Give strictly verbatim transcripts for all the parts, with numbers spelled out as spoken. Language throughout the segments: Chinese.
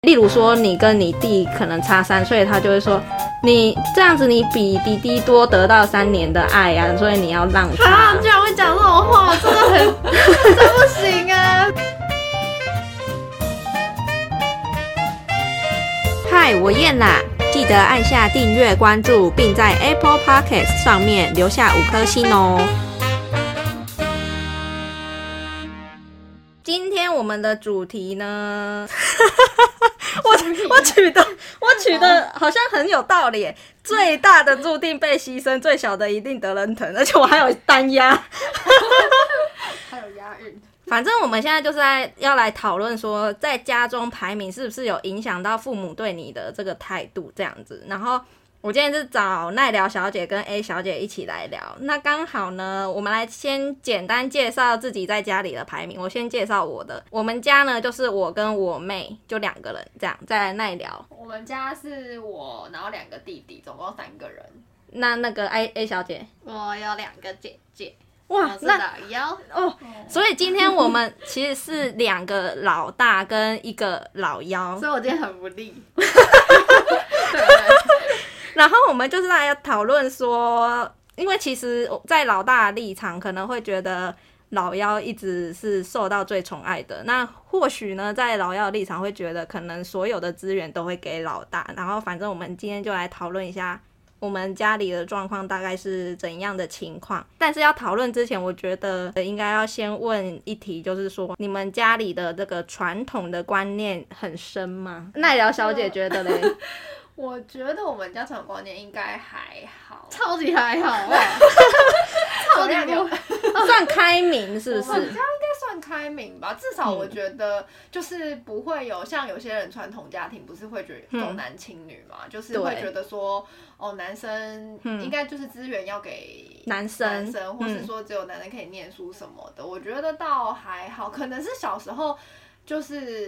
例如说你跟你弟可能差三岁，他就会说你这样子你比弟弟多得到三年的爱啊，所以你要让他。 啊，居然会讲这种话，真的很这不行啊！ 嗨，我燕啦，记得按下订阅关注，并在 Apple Podcast 上面留下五颗星哦。 今天我们的主题呢我我取的我取的好像很有道理耶，最大的注定被牺牲，最小的一定得人疼，而且我还有单押还有押韵。 反正我们现在就是在要来讨论说，在家中排名是不是有影响到父母对你的这个态度这样子。然后我今天是找奈良小姐跟 A 小姐一起来聊，那刚好呢，我们来先简单介绍自己在家里的排名。我先介绍我的，我们家呢就是我跟我妹就两个人这样，再来奈良。 我们家是我，然后两个弟弟，总共三个人。 那那个 A A 小姐， 我有两个姐姐。 哇，那老幺哦，所以今天我们其实是两个老大跟一个老幺， 所以我今天很不利。对对。 然后我们就是来讨论说，因为其实在老大的立场可能会觉得老幺一直是受到最宠爱的，那或许呢在老幺的立场会觉得可能所有的资源都会给老大，然后反正我们今天就来讨论一下我们家里的状况大概是怎样的情况。但是要讨论之前，我觉得应该要先问一题，就是说你们家里的这个传统的观念很深吗？奈良小姐觉得嘞？ 我觉得我们家传统观念应该还好，超级还好啊，超级不算开明是不是？ 我们家应该算开明吧，至少我觉得就是不会有像有些人传统家庭不是会觉得重男轻女嘛，嗯、就是会觉得说哦男生应该就是资源要给男生， 男生或是说只有男生可以念书什么的，嗯、我觉得倒还好，可能是小时候就是。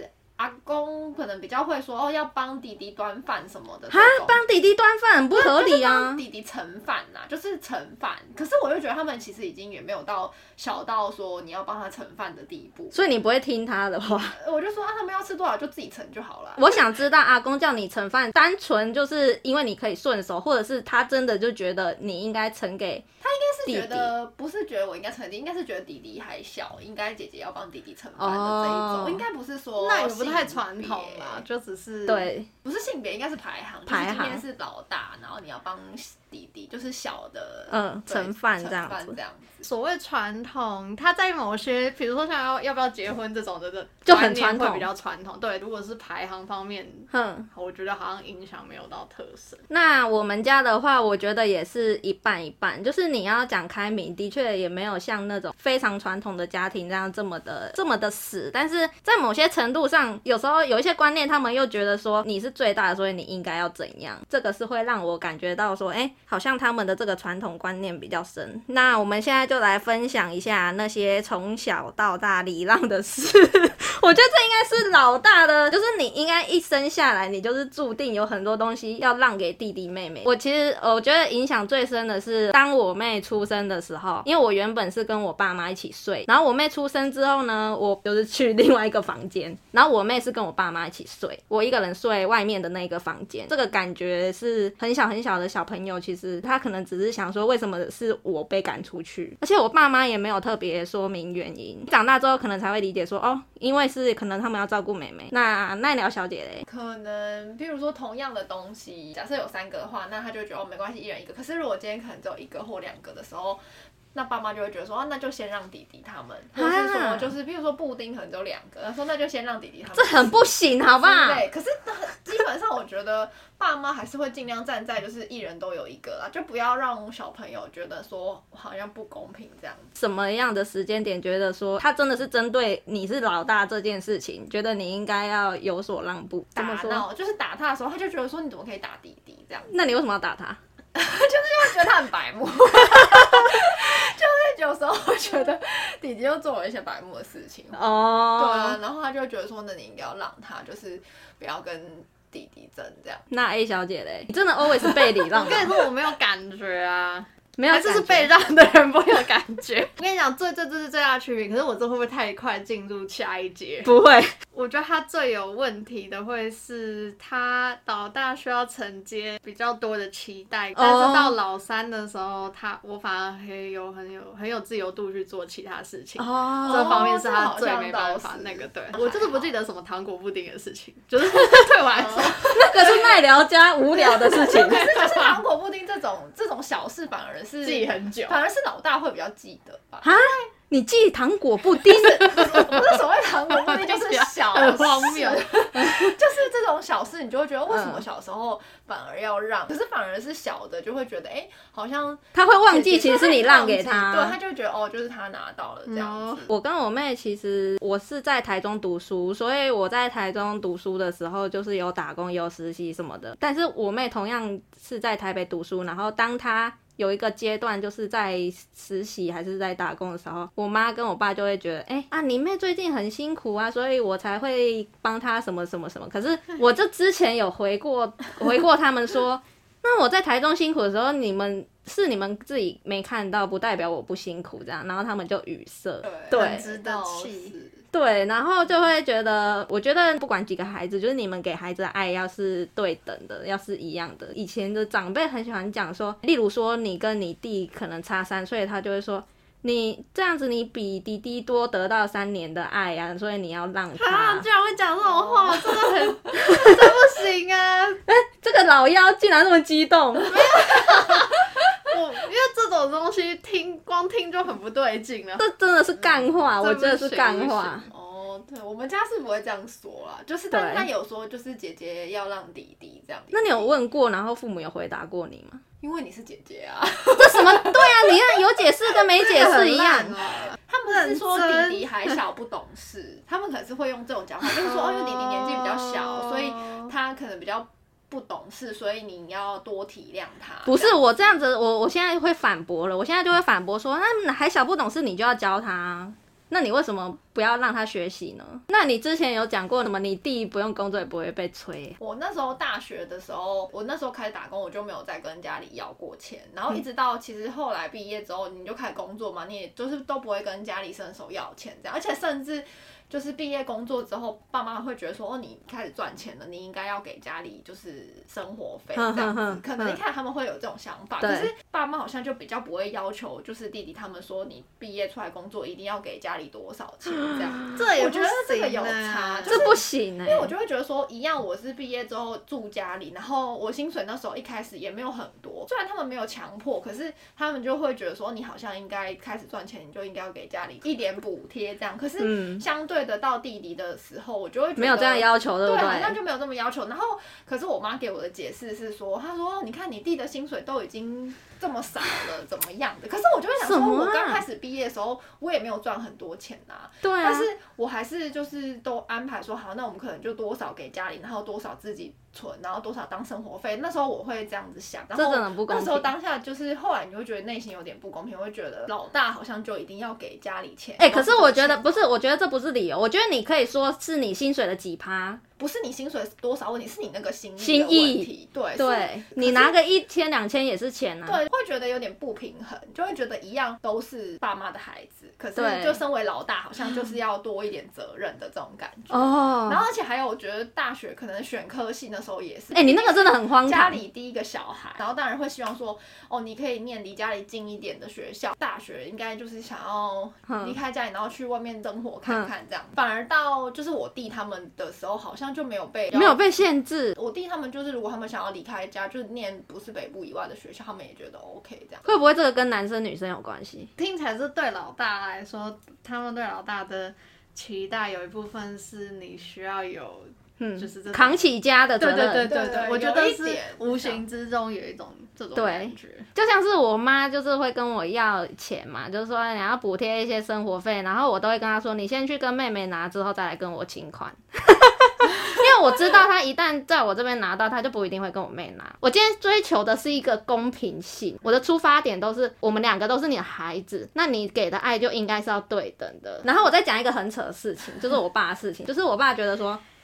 阿公可能比较会说哦，要帮弟弟端饭什么的。 哈，帮弟弟端饭很不合理啊！ 帮弟弟盛饭呐，就是盛饭。可是我又觉得他们其实已经也没有到小到说你要帮他盛饭的地步。 所以你不会听他的话？ 我就说啊，他们要吃多少就自己盛就好了。 我想知道阿公叫你盛饭，单纯就是因为你可以顺手，或者是他真的就觉得你应该盛给弟弟。 他应该是觉得不是觉得我应该盛弟弟，应该是觉得弟弟还小，应该姐姐要帮弟弟盛饭的这一种，哦、应该不是说那也不太传统啦，就只是对， 不是性别，应该是排行， 排行， 就是今天是老大，然后你要帮弟弟，就是小的， 嗯，盛饭这样子， 这样子。 所谓传统，他在某些，比如说像要要不要结婚这种的， 就很传统， 比较传统。对，如果是排行方面，嗯，我觉得好像影响没有到特深。 那我们家的话，我觉得也是一半一半，就是你要讲开明，的确也没有像那种非常传统的家庭这样这么的这么的死，但是在某些程度上，有时候有一些观念，他们又觉得说你是最大的，所以你应该要怎样，这个是会让我感觉到说，哎、欸，好像他们的这个传统观念比较深。那我们现在就来分享一下那些从小到大礼让的事。我觉得这应该是老大的，就是你应该一生下来，你就是注定有很多东西要让给弟弟妹妹。我其实我觉得影响最深的是，当我妹出生的时候，因为我原本是跟我爸妈一起睡，然后我妹出生之后呢，我就是去另外一个房间，然后我妹是跟我爸妈一起睡，我一个人睡外面的那个房间。这个感觉是很小很小的小朋友，其实他可能只是想说为什么是我被赶出去，而且我爸妈也没有特别说明原因。长大之后可能才会理解说，哦，因为是可能他们要照顾妹妹。那奈良小姐嘞？ 可能比如说同样的东西，假设有三个的话，那他就会觉得哦没关系，一人一个。可是如果今天可能只有一个或两个的时候，那爸妈就会觉得说，啊，那就先让弟弟他们，或是说就是，比如说布丁可能只有两个，他说那就先让弟弟他们。 这很不行，好不好？ 对，可是基本上我觉得爸妈还是会尽量站在就是一人都有一个啦，就不要让小朋友觉得说好像不公平这样子。 什么样的时间点觉得说他真的是针对你是老大这件事情，觉得你应该要有所让步？ 打闹就是打他的时候，他就觉得说你怎么可以打弟弟这样子？ 那你为什么要打他？ 就是因为觉得他很白目，就是有时候会觉得弟弟又做了一些白目的事情哦，对啊，然后他就会觉得说，那你应该要让他，就是不要跟弟弟争这样。 那 A 小姐嘞，你真的 always 被礼让？ 我跟你说，我没有感觉啊。 没有， 这是被让的人不会有感觉。我跟你讲，最最最最最大的区别，可是我这会不会太快进入下一节？ 不会， 我觉得他最有问题的会是他老大需要承接比较多的期待， oh. 但是到老三的时候，他我反而可以有很有很有自由度去做其他事情。哦、oh. ，这方面是他最没办法那个。对，我就是不记得什么糖果布丁的事情，就是对我来说， 那个是奈良家无聊的事情。 可是就是糖果布丁这种这种小事，反而是记很久， 反而是老大会比较记得吧？ 啊，你记糖果布丁？ 不是，不是所谓糖果布丁，就是小事， 很荒谬。 就是这种小事，你就会觉得为什么小时候反而要让？嗯、可是反而是小的就会觉得，哎、欸，好像他会忘记，其实是你让给他， 对，他就会觉得哦，就是他拿到了这样子。 我跟我妹其实我是在台中读书，所以我在台中读书的时候就是有打工、有实习什么的。但是我妹同样是在台北读书，然后当她有一个阶段就是在实习还是在打工的时候，我妈跟我爸就会觉得，哎、欸、啊，你妹最近很辛苦啊，所以我才会帮她什么什么什么。可是我就之前有回过回过他们说，那我在台中辛苦的时候，你们是你们自己没看到，不代表我不辛苦这样。然后他们就语塞， 对，很值得气。 对，然后就会觉得，我觉得不管几个孩子，就是你们给孩子的爱要是对等的，要是一样的。以前的长辈很喜欢讲说，例如说你跟你弟可能差三岁，他就会说，你这样子你比弟弟多得到三年的爱啊，所以你要让他。 他居然会讲这种话，真的很，真不行啊！ 哎，这个老妖竟然那么激动。 我因为这种东西听光听就很不对劲了， 这真的是干话，嗯、我觉得是干话。 哦，对，我们家是不会这样说啦，就是但是他有说就是姐姐要让弟弟这样。 那你有问过，然后父母有回答过你吗？ 因为你是姐姐啊。 这什么？对啊，你看有解释跟没解释一样。 他们是说弟弟还小不懂事，他们可能是会用这种讲法，就是说哦，因为弟弟年纪比较小，所以他可能比较不懂事，所以你要多体谅他。 不是我这样子，我我现在会反驳了，我现在就会反驳说，那还小不懂事，你就要教他。那你为什么不要让他学习呢？那你之前有讲过什么？你弟不用工作也不会被催。 我那时候大学的时候，我那时候开始打工，我就没有再跟家里要过钱。然后一直到其实后来毕业之后，你就开始工作嘛，你也就是都不会跟家里伸手要钱这样，而且甚至。就是毕业工作之后，爸妈会觉得说，哦，你开始赚钱了，你应该要给家里就是生活费这样子。可能一开始他们会有这种想法，可是爸妈好像就比较不会要求，就是弟弟他们说你毕业出来工作一定要给家里多少钱这样。 这也我觉得这个有差，就是、 这不行哎、欸。 因为我就会觉得说，一样我是毕业之后住家里，然后我薪水那时候一开始也没有很多，虽然他们没有强迫，可是他们就会觉得说，你好像应该开始赚钱，你就应该要给家里一点补贴这样。可是相对的到弟弟的的时候，我就会觉得没有这样要求，对不对？ 对，好像就没有这么要求。然后，可是我妈给我的解释是说，她说：“你看你弟的薪水都已经这么少了，怎么样的？”可是我就会想说，我刚开始毕业的时候，我也没有赚很多钱啊。 对啊。 但是我还是就是都安排说好，那我们可能就多少给家里，然后多少自己存，然后多少当生活费。那时候我会这样子想，然后这真的不公平。 那时候当下就是后来你会觉得内心有点不公平，会觉得老大好像就一定要给家里钱。 哎、欸，可是我觉得不是，我觉得这不是理由。我觉得你可以说是你薪水的几趴。 不是你薪水多少问题，是你那个心意的问题。对对，你拿个一千两千也是钱啊。 对，会觉得有点不平衡，就会觉得一样都是爸妈的孩子，可是就身为老大，好像就是要多一点责任的这种感觉。哦。然后而且还有，我觉得大学可能选科系那时候也是。 哎、欸，你那个真的很荒唐。 家里第一个小孩，然后当然会希望说，哦，你可以念离家里近一点的学校。大学应该就是想要离开家里，然后去外面生活看看这样。反而到就是我弟他们的时候，好像就没有被。 没有被限制。 我弟他们就是，如果他们想要离开家，就是念不是北部以外的学校，他们也觉得 OK 这样。 会不会这个跟男生女生有关系？ 听起来是对老大来说，他们对老大的期待有一部分是你需要有，嗯，就是这扛起家的责任。 对对对对对，我觉得是无形之中有一种这种感觉。 就像是我妈就是会跟我要钱嘛，就是说你要补贴一些生活费，然后我都会跟她说，你先去跟妹妹拿，之后再来跟我请款。因为我知道他一旦在我这边拿到，他就不一定会跟我妹拿。我今天追求的是一个公平性，我的出发点都是我们两个都是你的孩子，那你给的爱就应该是要对等的。然后我再讲一个很扯的事情，就是我爸的事情，就是我爸觉得说，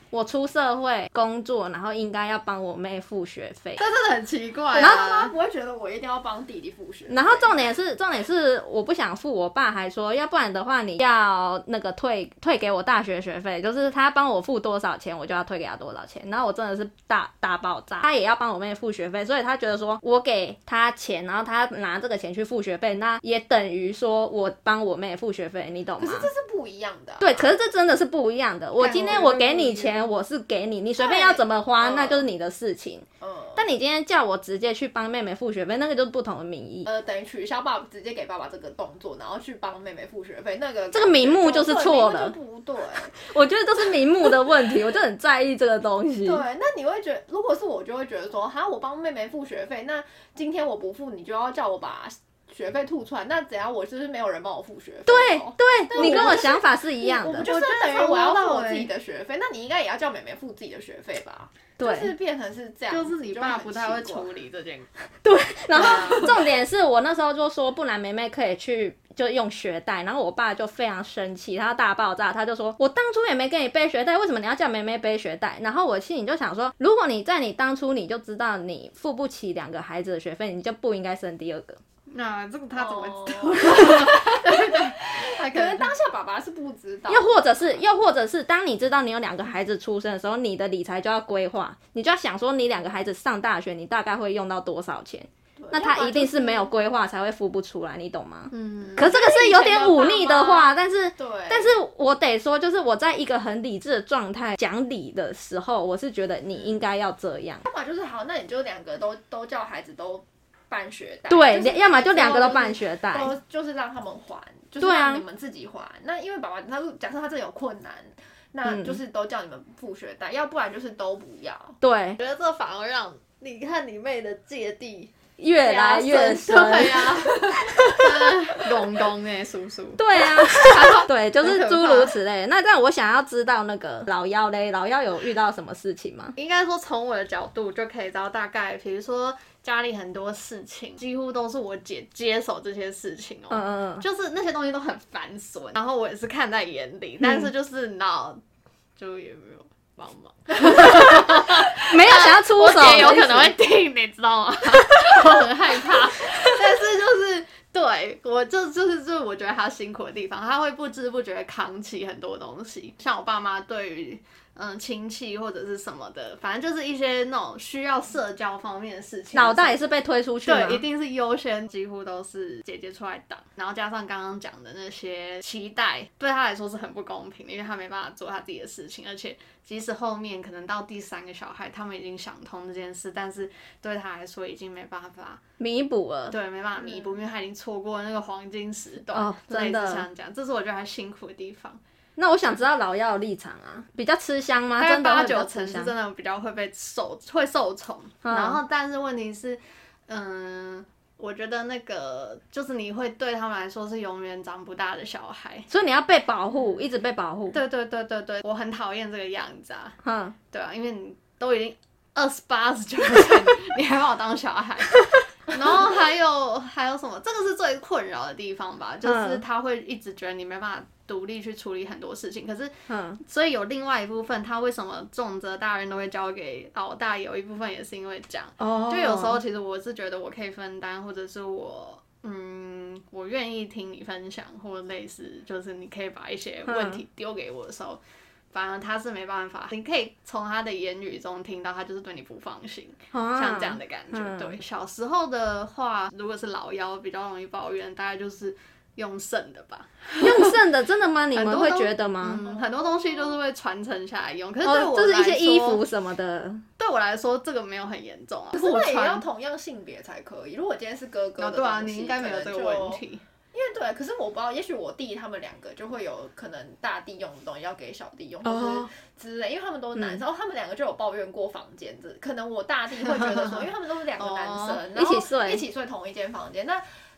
我出社会工作，然后应该要帮我妹付学费。 这真的很奇怪、啊。 然后妈妈不会觉得我一定要帮弟弟付学费。 然后重点是，重点是我不想付，我爸还说，要不然的话你要那个退退给我大学学费，就是他帮我付多少钱，我就要退给他多少钱。然后我真的是大大爆炸，他也要帮我妹付学费，所以他觉得说我给他钱，然后他拿这个钱去付学费，那也等于说我帮我妹付学费，你懂吗？ 可是这是不一样的、啊。 对，可是这真的是不一样的。我今天我给你钱，我是给你，你随便要怎么花，那就是你的事情。嗯。但你今天叫我直接去帮妹妹付学费，那个就是不同的名义。 呃，等于取消爸爸直接给爸爸这个动作，然后去帮妹妹付学费，那个这个名目就是错了， 就不对。 我觉得这是名目的问题，我就很在意这个东西。 对，那你会觉得，如果是我，就会觉得说，哈，我帮妹妹付学费，那今天我不付，你就要叫我把学费吐出来，那怎样？我是不是没有人帮我付学费？ 对对，你跟我想法是一样的。 我就是等于我要付我自己的学费，那你应该也要叫妹妹付自己的学费吧？ 对， 就是变成是这样， 就是你爸不太会处理这件事。 对，然后重点是我那时候就说，不然妹妹可以去就用学贷，然后我爸就非常生气，他大爆炸，他就说我当初也没跟你背学贷，为什么你要叫妹妹背学贷？然后我心里就想说，如果你在你当初你就知道你付不起两个孩子的学费，你就不应该生第二个。 那、啊、这个他怎么知道？ 哦、对对，可能当下爸爸是不知道。 又或者是，又或者是，当你知道你有两个孩子出生的时候，你的理财就要规划，你就要想说，你两个孩子上大学，你大概会用到多少钱？那他一定是没有规划才会付不出来，你懂吗？嗯。可是这个是有点忤逆的话，但是， 对， 但是我得说，就是我在一个很理智的状态讲理的时候，我是觉得你应该要这样。 要么就是好，那你就两个都都叫孩子都办学贷， 对， 就是、 要么就两个都办学贷， 都就是让他们还，就是让你们自己还。啊、那因为爸爸他假设他真的有困难，那就是都叫你们付学贷，嗯、要不然就是都不要。 对， 我觉得这反而让你看你妹的芥蒂越来越深。 对呀、啊，公公哎，叔叔。 对啊，对，就是诸如此类。那这样我想要知道那个老幺嘞，老幺有遇到什么事情吗？ 应该说从我的角度就可以知道大概，比如说家里很多事情，几乎都是我姐接手这些事情哦、喔。嗯嗯。就是那些东西都很繁琐，然后我也是看在眼里，嗯、但是就是脑就也没有帮忙。 没有想要出手， 我姐有可能会听，你知道吗？我很害怕，但是就是对我就就是就是我觉得他辛苦的地方，他会不知不觉扛起很多东西。像我爸妈对于嗯亲戚或者是什么的，反正就是一些那种需要社交方面的事情， 脑袋也是被推出去吗？ 对，一定是优先，几乎都是姐姐出来挡，然后加上刚刚讲的那些期待，对他来说是很不公平的，因为他没办法做他自己的事情，而且即使后面可能到第三个小孩，他们已经想通这件事，但是对他来说已经没办法弥补了， 对，没办法弥补，因为他已经错过那个黄金时段， 哦，真的， 类似像这样，这是我觉得他辛苦的地方。 那我想知道老幺的立场啊，比较吃香吗？ 大概八真的九成是真的比较会被受会受宠，嗯、然后但是问题是，嗯，我觉得那个就是你会对他们来说是永远长不大的小孩， 所以你要被保护，一直被保护。 对对对对对，我很讨厌这个样子啊，嗯，对啊，因为你都已经二十八、二十九岁，你还把我当小孩。然后还有还有什么？这个是最困扰的地方吧，就是他会一直觉得你没办法独立去处理很多事情。可是，嗯，所以有另外一部分，他为什么重责大人都会交给老大？有一部分也是因为这样。哦。就有时候其实我是觉得我可以分担，或者是我嗯，我愿意听你分享，或类似，就是你可以把一些问题丢给我的时候。嗯，反而他是没办法，你可以从他的言语中听到他就是对你不放心，啊、像这样的感觉。嗯、对，小时候的话，如果是老幺比较容易抱怨，大概就是用剩的吧。 用剩的真的吗？你们会觉得吗？ 嗯，很多东西就是会传承下来用，可是对我来说、哦、 就是一些衣服什么的。 对我来说，这个没有很严重啊。 可是那也要同样性别才可以。如果今天是哥哥的东西， 对啊，你应该没有这个问题。 因为对，可是我不知道，也许我弟他们两个就会有可能大弟用的东西要给小弟用，或是之类，因为他们都是男生，嗯、他们两个就有抱怨过房间，这可能我大弟会觉得说，因为他们都是两个男生，然后一起睡，一起睡同一间房间，那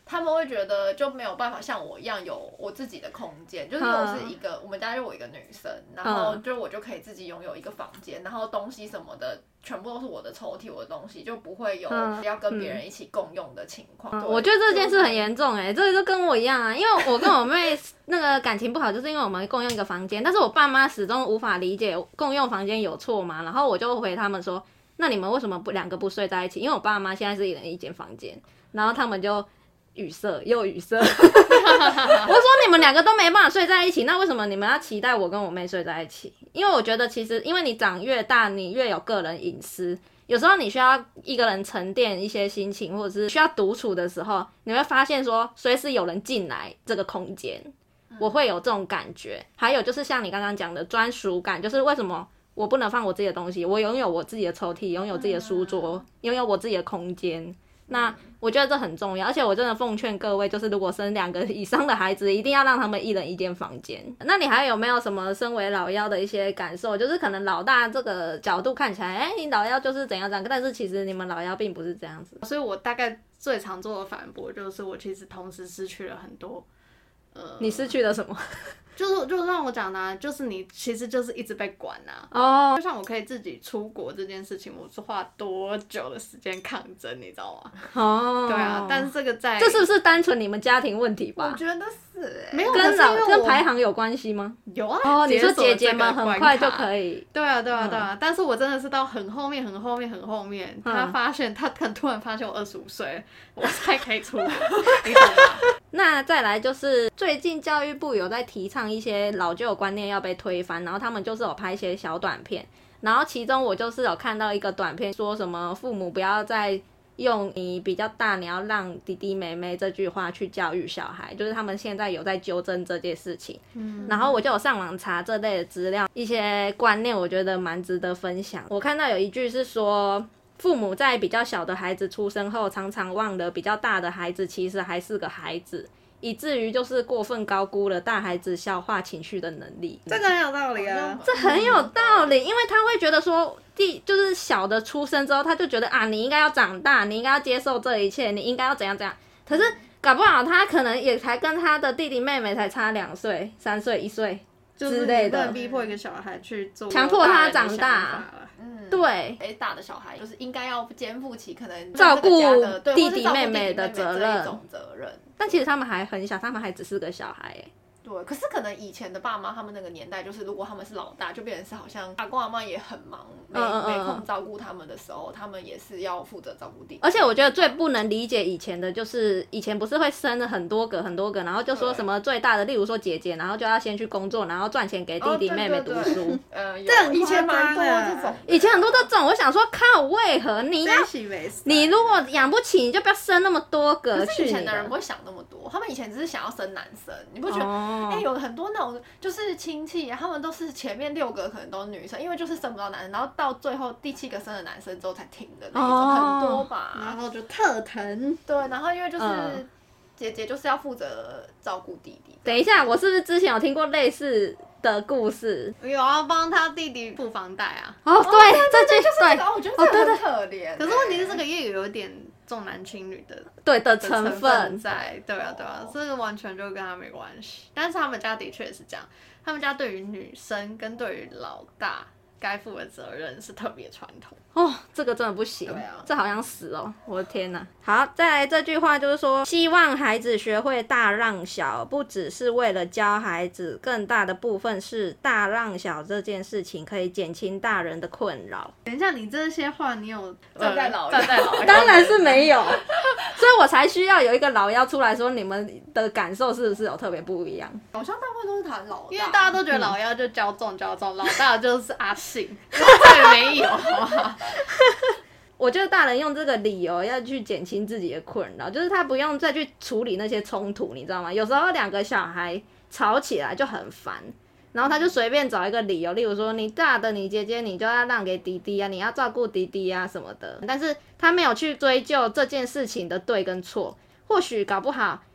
他们会觉得就没有办法像我一样有我自己的空间，就是我是一个，我们家就我一个女生，然后就我就可以自己拥有一个房间，然后东西什么的全部都是我的抽屉，我的东西就不会有要跟别人一起共用的情况。 嗯、我觉得这件事很严重哎、欸，这个就跟我一样啊，因为我跟我妹那个感情不好，就是因为我们共用一个房间，但是我爸妈始终无法理解共用房间有错吗？然后我就回他们说，那你们为什么不两个不睡在一起？因为我爸妈现在是一人一间房间，然后他们就语塞又语塞。我说你们两个都没办法睡在一起，那为什么你们要期待我跟我妹睡在一起？因为我觉得其实因为你长越大，你越有个人隐私，有时候你需要一个人沉淀一些心情，或者是需要独处的时候，你会发现说随时有人进来这个空间，我会有这种感觉。还有就是像你刚刚讲的专属感，就是为什么我不能放我自己的东西，我拥有我自己的抽屉，拥有自己的书桌，拥有我自己的空间。那我觉得这很重要，而且我真的奉劝各位，就是如果生两个以上的孩子，一定要让他们一人一间房间。那你还有没有什么身为老幺的一些感受？就是可能老大这个角度看起来，哎、欸，你老幺就是怎样怎样，但是其实你们老幺并不是这样子。 所以我大概最常做的反驳就是，我其实同时失去了很多。呃， 你失去了什么？ 就是就让我讲的、啊，就是你其实就是一直被管啊。 哦、oh. 就像我可以自己出国这件事情，我是花多久的时间抗争，你知道吗？哦、oh. ，对啊，但是这个在这是不是单纯你们家庭问题吧？ 我觉得是、欸， 没有跟老跟排行有关系吗？ 有啊。 哦、oh, ，你说姐姐们很快就可以。 对啊，对啊，对啊。嗯、但是我真的是到很后面、很后面、很后面，嗯、他发现他可能突然发现我二十五岁，我才可以出国，你懂吗？ 那再来就是最近教育部有在提倡一些老旧观念要被推翻，然后他们就是有拍一些小短片，然后其中我就是有看到一个短片，说什么父母不要再用你比较大你要让弟弟妹妹这句话去教育小孩，就是他们现在有在纠正这件事情。嗯，然后我就有上网查这类的资料，一些观念我觉得蛮值得分享。我看到有一句是说，父母在比较小的孩子出生后，常常忘了比较大的孩子其实还是个孩子，以至于就是过分高估了大孩子消化情绪的能力。 这个很有道理啊， 这很有道理，因为他会觉得说，第就是小的出生之后，他就觉得啊，你应该要长大，你应该要接受这一切，你应该要怎样怎样。可是搞不好他可能也才跟他的弟弟妹妹才差两岁、三岁、一岁之类的， 就是不能逼迫一个小孩去做， 强迫他长大。 嗯， 对， 哎，大的小孩就是应该要肩负起可能照顾弟弟妹妹的责任， 这种责任。 但其实他们还很小，他们还只是个小孩哎。 对，可是可能以前的爸妈他们那个年代，就是如果他们是老大，就变成是好像阿公阿妈也很忙，没嗯嗯嗯没空照顾他们的时候，他们也是要负责照顾弟弟。 而且我觉得最不能理解以前的就是，以前不是会生了很多个很多个，然后就说什么最大的，例如说姐姐，然后就要先去工作，然后赚钱给弟弟妹妹读书。 呃， 这很以前蛮多这种， 以前很多这种，我想说靠，为何你要你如果养不起，你就不要生那么多个。 可是以前的人不会想那么多，他们以前只是想要生男生，你不觉得？哎、 哦欸，有很多那种就是亲戚、啊，他们都是前面六个可能都是女生，因为就是生不到男生，然后到最后第七个生了男生之后才停的那种， 哦、 很多吧。 然后就特疼。 对，然后因为就是、 嗯、 姐姐就是要负责照顾弟弟。 等一下，我是不是之前有听过类似的故事？ 有要帮他弟弟付房贷啊。 哦，对， 哦、 这句就是这个，我觉得这个很可怜、欸。 可是问题是这个也有点重男轻女的对的成分在，对啊对啊，这个完全就跟他没关系。但是他们家的确是这样，他们家对于女生跟对于老大该负的责任是特别传统。 哦，这个真的不行， 对啊， 这好像死哦，我的天哪！好，再来这句话就是说，希望孩子学会大让小，不只是为了教孩子，更大的部分是大让小这件事情可以减轻大人的困扰。 等一下，你这些话你有站在老站在老幺？ 当然是没有，所以我才需要有一个老幺出来说，你们的感受是不是有特别不一样？ 好像大部分都是谈老大， 因为大家都觉得老幺就骄纵骄纵，老大就是阿信，这也没有，好不好？ 我觉得大人用这个理由要去减轻自己的困扰，就是他不用再去处理那些冲突，你知道吗？有时候两个小孩吵起来就很烦，然后他就随便找一个理由，例如说你大的你姐姐你就要让给弟弟啊，你要照顾弟弟啊什么的，但是他没有去追究这件事情的对跟错。或许搞不好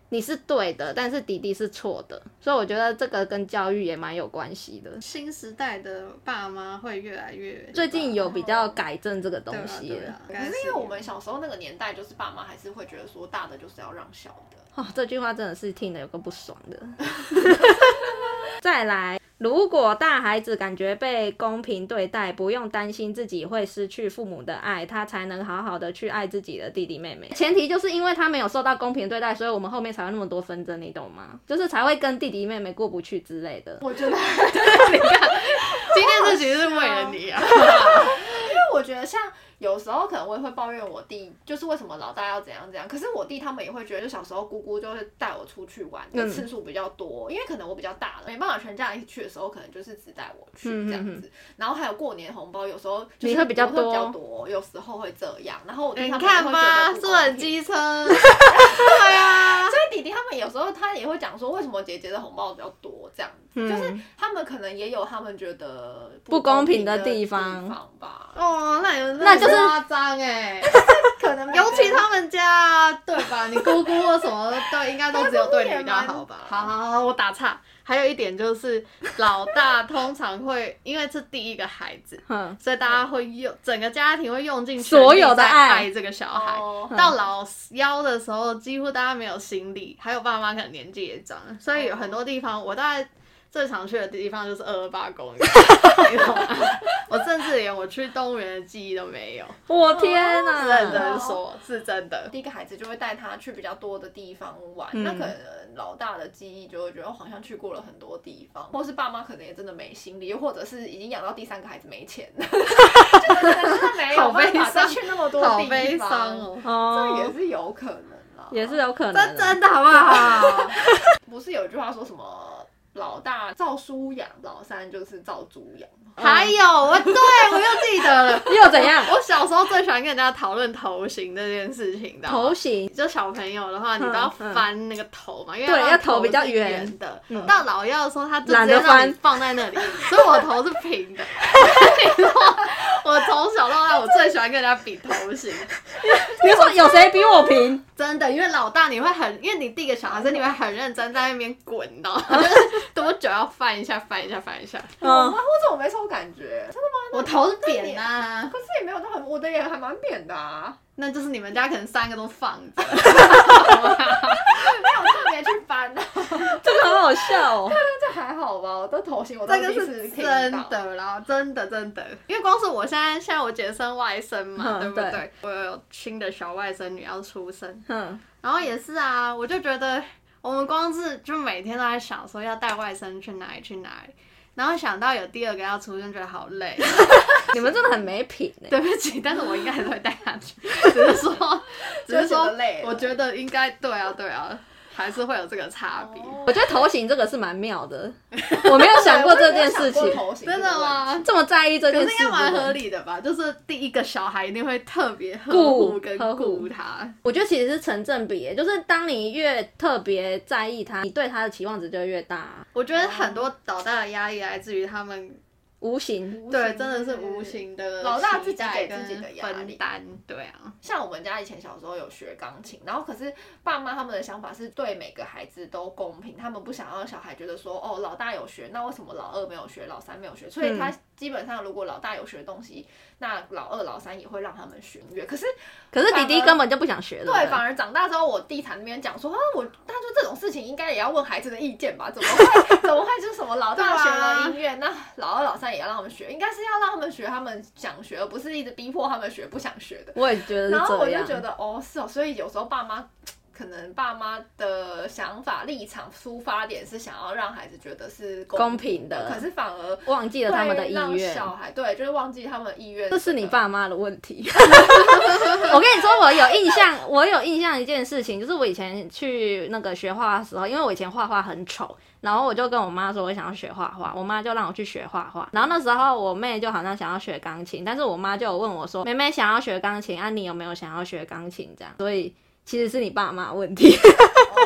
你是对的，但是弟弟是错的，所以我觉得这个跟教育也蛮有关系的。 新时代的爸妈会越来越， 最近有比较改正这个东西了。 对啊对啊可是因为我们小时候那个年代，就是爸妈还是会觉得说大的就是要让小的。 哦，这句话真的是听得有个不爽的。再来，如果大孩子感觉被公平对待，不用担心自己会失去父母的爱，他才能好好的去爱自己的弟弟妹妹。前提就是因为他没有受到公平对待，所以我们后面才会那么多纷争，你懂吗？就是才会跟弟弟妹妹过不去之类的。 我觉得， 你看，今天这其实是为了你啊。 因为我觉得像有时候可能我也会抱怨我弟，就是为什么老大要怎样怎样。可是我弟他们也会觉得，就小时候姑姑就会带我出去玩的次数比较多，嗯、因为可能我比较大了，没办法全家一起去的时候，可能就是只带我去这样子。嗯、哼哼然后还有过年红包，有时候就是你会比较多， 比较多，有时候会这样。然后我弟他们你看也会觉得吧，是很机车。对啊， 所以弟弟他们有时候他也会讲说，为什么姐姐的红包比较多这样子，嗯、就是他们可能也有他们觉得不公平的地方吧。 哦，那有那就是夸张哎， 可能尤其他们家对吧？你姑姑或什么都应该都只有对你比较好吧？好好好，我打岔。还有一点就是老大通常会因为是第一个孩子，嗯、所以大家会用整个家庭会用尽所有的爱爱这个小孩。哦、到老幺的时候，几乎大家没有心力，还有爸妈可能年纪也长，所以有很多地方我大概。最常去的地方就是二二八公园，我甚至连我去动物园的记忆都没有。 我天哪！ 认真说，是真的。 第一个孩子就会带他去比较多的地方玩，嗯、那可能老大的记忆就会觉得好像去过了很多地方，或是爸妈可能也真的没心力，又或者是已经养到第三个孩子没钱，就是可能真的没有办法再去那么多地方， 好悲伤哦，这也是有可能啦， 也是有可能， 真真的好不好？ 不是有一句话说什么？老大照书养，老三就是照猪养。 还有我，对我又记得了， 又怎样？ 我小时候最喜欢跟人家讨论头型这件事情的。 头型， 就小朋友的话，你都要翻那个头嘛，因为对，要头比较圆的。 嗯、 到老幺的时候，他就直接让你放在那里，所以我头是平的。我从小到大，我最喜欢跟人家比头型。 你说有谁比我平？ 真的，因为老大你会很，因为你第一个小孩子，你会很认真在那边滚，你知道吗？就是多久要翻一下，翻一下，翻一下。 嗯，我怎么没什么感觉？真的吗？ 我头是扁啊， 可是也没有到很，我的也还蛮扁的啊。 那就是你们家可能三个都放着，没有特别去翻啊。 这个好好笑哦。 对啊，这还好吧？我的头型我都第一次听到。 真的啦，真的真的，因为光是我现在现在我姐生外甥嘛，嗯、对不对？对我有新的小外甥女要出生，嗯，然后也是啊，我就觉得我们光是就每天都在想说要带外甥去哪里去哪里。然后想到有第二个要出生，觉得好累。 你们真的很没品哎！ 对不起，但是我应该还是会带他去，只是说，只是说，我觉得应该对啊，对啊，还是会有这个差别。 我觉得头型这个是蛮妙的，我没有想过这件事情。 真的吗？ 这么在意这件事情， 可是应该蛮合理的吧？就是第一个小孩一定会特别呵护跟顾他。 我觉得其实是成正比，就是当你越特别在意他，你对他的期望值就越大。 我觉得很多老大的压力来自于他们。 无形， 对，真的是无形的， 老大自己给自己的压力， 分担，对啊。 像我们家以前小时候有学钢琴，然后可是爸妈他们的想法是对每个孩子都公平，他们不想要小孩觉得说，哦，老大有学，那为什么老二没有学，老三没有学？所以他基本上如果老大有学东西，那老二、老三也会让他们学音乐。可是， 可是弟弟根本就不想学了。 对，反而长大之后，我弟才那边讲说，啊，我他说这种事情应该也要问孩子的意见吧？怎么会？怎么会就是什么老大学了音乐，那老二、老三也要让他们学？应该是要让他们学他们想学，而不是一直逼迫他们学不想学的。 我也觉得是这样。 然后我就觉得，哦，是哦，所以有时候爸妈。可能爸妈的想法立场出发点是想要让孩子觉得是公平的，可是反而忘记了他们的意愿。 小孩对，就是忘记他们的意愿。 这是你爸妈的问题。我跟你说，我有印象，我有印象一件事情，就是我以前去那个学画画的时候，因为我以前画画很丑，然后我就跟我妈说我想要学画画，我妈就让我去学画画。然后那时候我妹就好像想要学钢琴，但是我妈就有问我说，妹妹想要学钢琴啊，你有没有想要学钢琴这样？所以。其实是你爸妈的问题。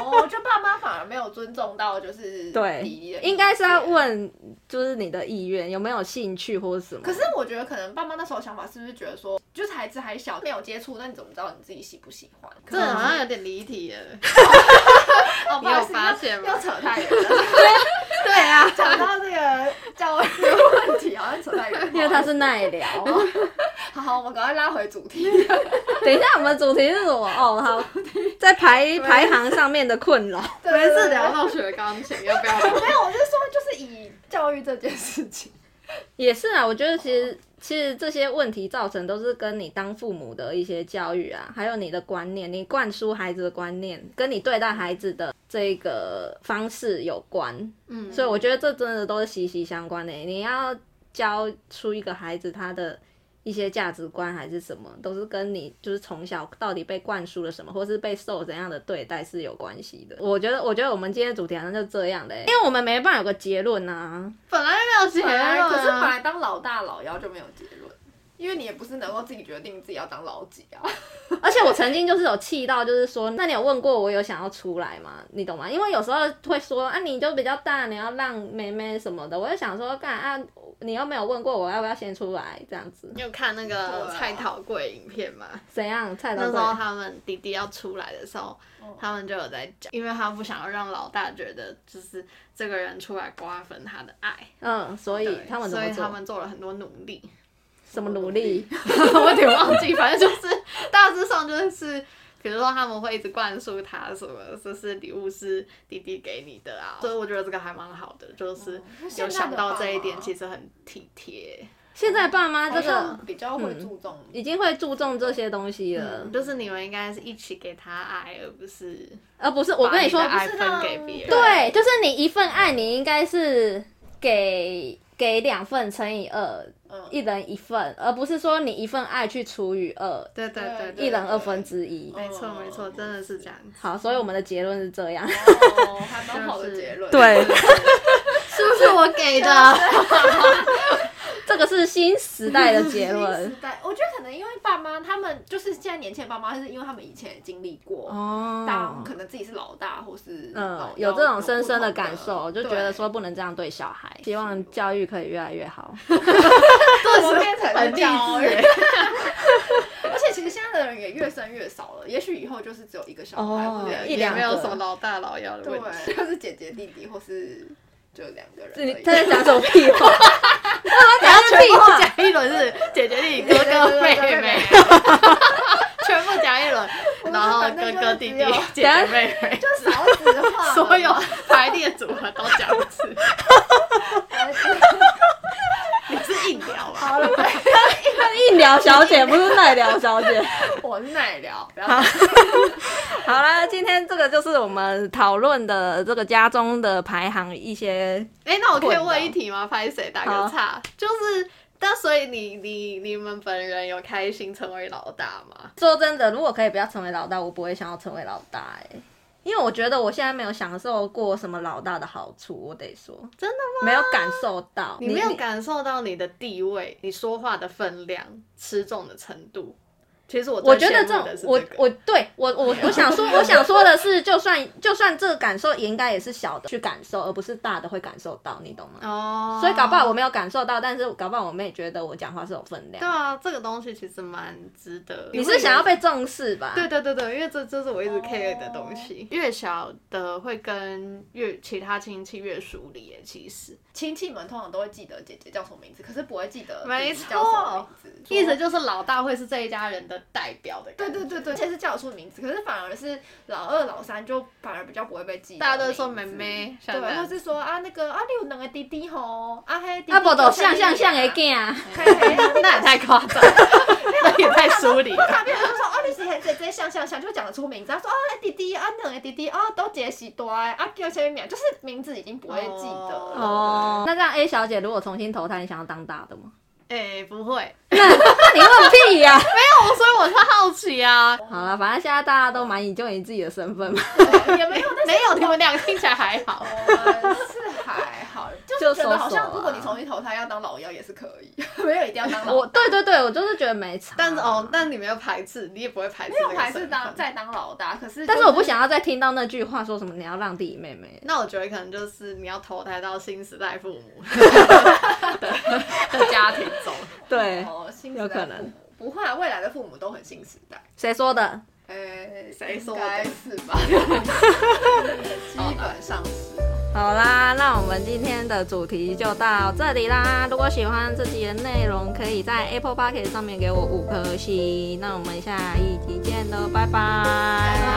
哦，就爸妈反而没有尊重到，就是对， 弟弟的应该是要问，就是你的意愿有没有兴趣或者什么。 可是我觉得可能爸妈那时候想法是不是觉得说，就是孩子还小，没有接触，那你怎么知道你自己喜不喜欢？ 这好像有点离题了。 哦， 你有发现吗？ 又扯太远了。 对啊， 讲到这个教育的问题，好像扯太远了。 因为他是耐聊。 好好，我们赶快拉回主题。 等一下，我们主题是什么？哦，好，在排排行上面的困扰。 每次聊到学钢琴，要不要？ 没有，我是说，就是以教育这件事情。 也是啊，我觉得其实其实这些问题造成都是跟你当父母的一些教育啊，还有你的观念，你灌输孩子的观念，跟你对待孩子的这个方式有关。嗯，所以我觉得这真的都是息息相关的。你要教出一个孩子他的一些价值观还是什么，都是跟你就是从小到底被灌输了什么，或是被受怎样的对待是有关系的。我觉得，我觉得我们今天的主题好像就这样的，因为我们没办法有个结论啊。 本来没有结论、啊， 可是本来当老大老幺就没有结论，因为你也不是能够自己决定自己要当老几啊。 而且我曾经就是有气到，就是说，那你有问过我有想要出来吗？你懂吗？因为有时候会说啊，你就比较大，你要让妹妹什么的，我就想说，干啊，你又没有问过我要不要先出来这样子。 你有看那个蔡桃贵影片吗？ 怎样？蔡桃贵那时候他们弟弟要出来的时候，他们就有在讲，因为他不想要让老大觉得就是这个人出来瓜分他的爱， 嗯，所以他们怎么做？ 所以他们做了很多努力。 什么努力？ 我有点忘记，反正就是大致上就是，比如说他们会一直灌输他什么，这是礼物是弟弟给你的啊，所以我觉得这个还蛮好的，就是有想到这一点，其实很体贴。 现在爸妈这个比较会注重、 嗯，已经会注重这些东西了、 嗯，就是你们应该是一起给他爱，而不是而不是我跟你说， 爱分给别人。 对，就是你一份爱，你应该是给给两份乘以二。一人一份，而不是说你一份爱去除以二， 对对 对, 对， 一人二分之一。 没错没错，真的是这样子。 好，所以我们的结论是这样。 哦，还蛮好的结论。 对， 是不是我给的？ 这个是新时代的结论。 新时代，我觉得可能因为爸妈他们就是现在年轻的爸妈，是因为他们以前也经历过，哦，当可能自己是老大或是嗯有这种深深的感受，就觉得说不能这样对小孩。希望教育可以越来越好。 我变成很教育。而且其实现在的人也越生越少了，也许以后就是只有一个小孩， 哦， 一两没有什么老大老幺的问题，就是姐姐弟弟或是。就两个人， 你他在讲什么屁话？ 他讲全部讲一轮是姐姐弟弟哥哥妹妹，全部讲一轮，然后哥哥弟弟姐姐妹妹， 就少子化， 所有排列组合都讲一次。你是硬聊吧？ 好了， 硬聊小姐不是耐聊小姐， 我是耐聊。 好，好啦，今天这个就是我们讨论的这个家中的排行一些。 哎、欸，那我可以问一题吗？拍谁打个岔？就是，但所以你你你们本人有开心成为老大吗？ 说真的，如果可以不要成为老大，我不会想要成为老大哎、欸。因为我觉得我现在没有享受过什么老大的好处，我得说， 真的吗？ 没有感受到， 你没有感受到你的地位，你说话的分量、吃重的程度。其实我我觉得这种，我我对我我我想说，我想说的是，就算就算这个感受也应该也是小的去感受，而不是大的会感受到，你懂吗？ 哦。 所以搞不好我没有感受到，但是搞不好我妹觉得我讲话是有分量。 对啊，这个东西其实蛮值得。 你是想要被重视吧？ 对对对对，因为这这是我一直 care 的东西。哦、越小的会跟越其他亲戚越疏离耶，其实亲戚们通常都会记得姐姐叫什么名字，可是不会记得没错叫什么名字。 意思就是老大会是这一家人的代表的。 对对对对，而且是叫得出名字，可是反而是老二、老三就反而比较不会被记得。 大家都说妹妹， 对，或是说啊那个啊你有两个弟弟吼，啊嘿弟弟。 啊不都像像像的囝啊， 那也太夸张，那也太疏离了。 他别人就说哦你是姐姐像像像，就讲得出名字，他说哦弟弟啊两个弟弟啊都一个是大的，啊叫什么名，就是名字已经不会记得了。 哦，那这样 A 小姐如果重新投胎，你想要当大的吗？ 哎、欸，不会。 那你问屁呀、啊？ 没有，所以我是好奇啊。 好了，反正现在大家都蛮以就你自己的身份嘛。 也没有， 没有，你们俩听起来还好。 我是还好，就就觉得好收手啊像如果你重新投胎要当老妖也是可以，没有一定要当老我对对对，我就是觉得没差。 但是哦，但你没有排斥，你也不会排斥没有这个身份。 排斥当再当老大，可是、就是、 但是我不想要再听到那句话说什么你要让弟弟妹妹。 那我觉得可能就是你要投胎到新时代父母的的家庭中。 对， 哦，新时代有可能父母不会啊，未来的父母都很新时代。 谁说的？ 呃， 谁说的应该是吧？基本上是。 好啦，那我们今天的主题就到这里啦。如果喜欢这集的内容，可以在 Apple Podcast 上面给我五颗星。那我们下一集见喽，拜拜。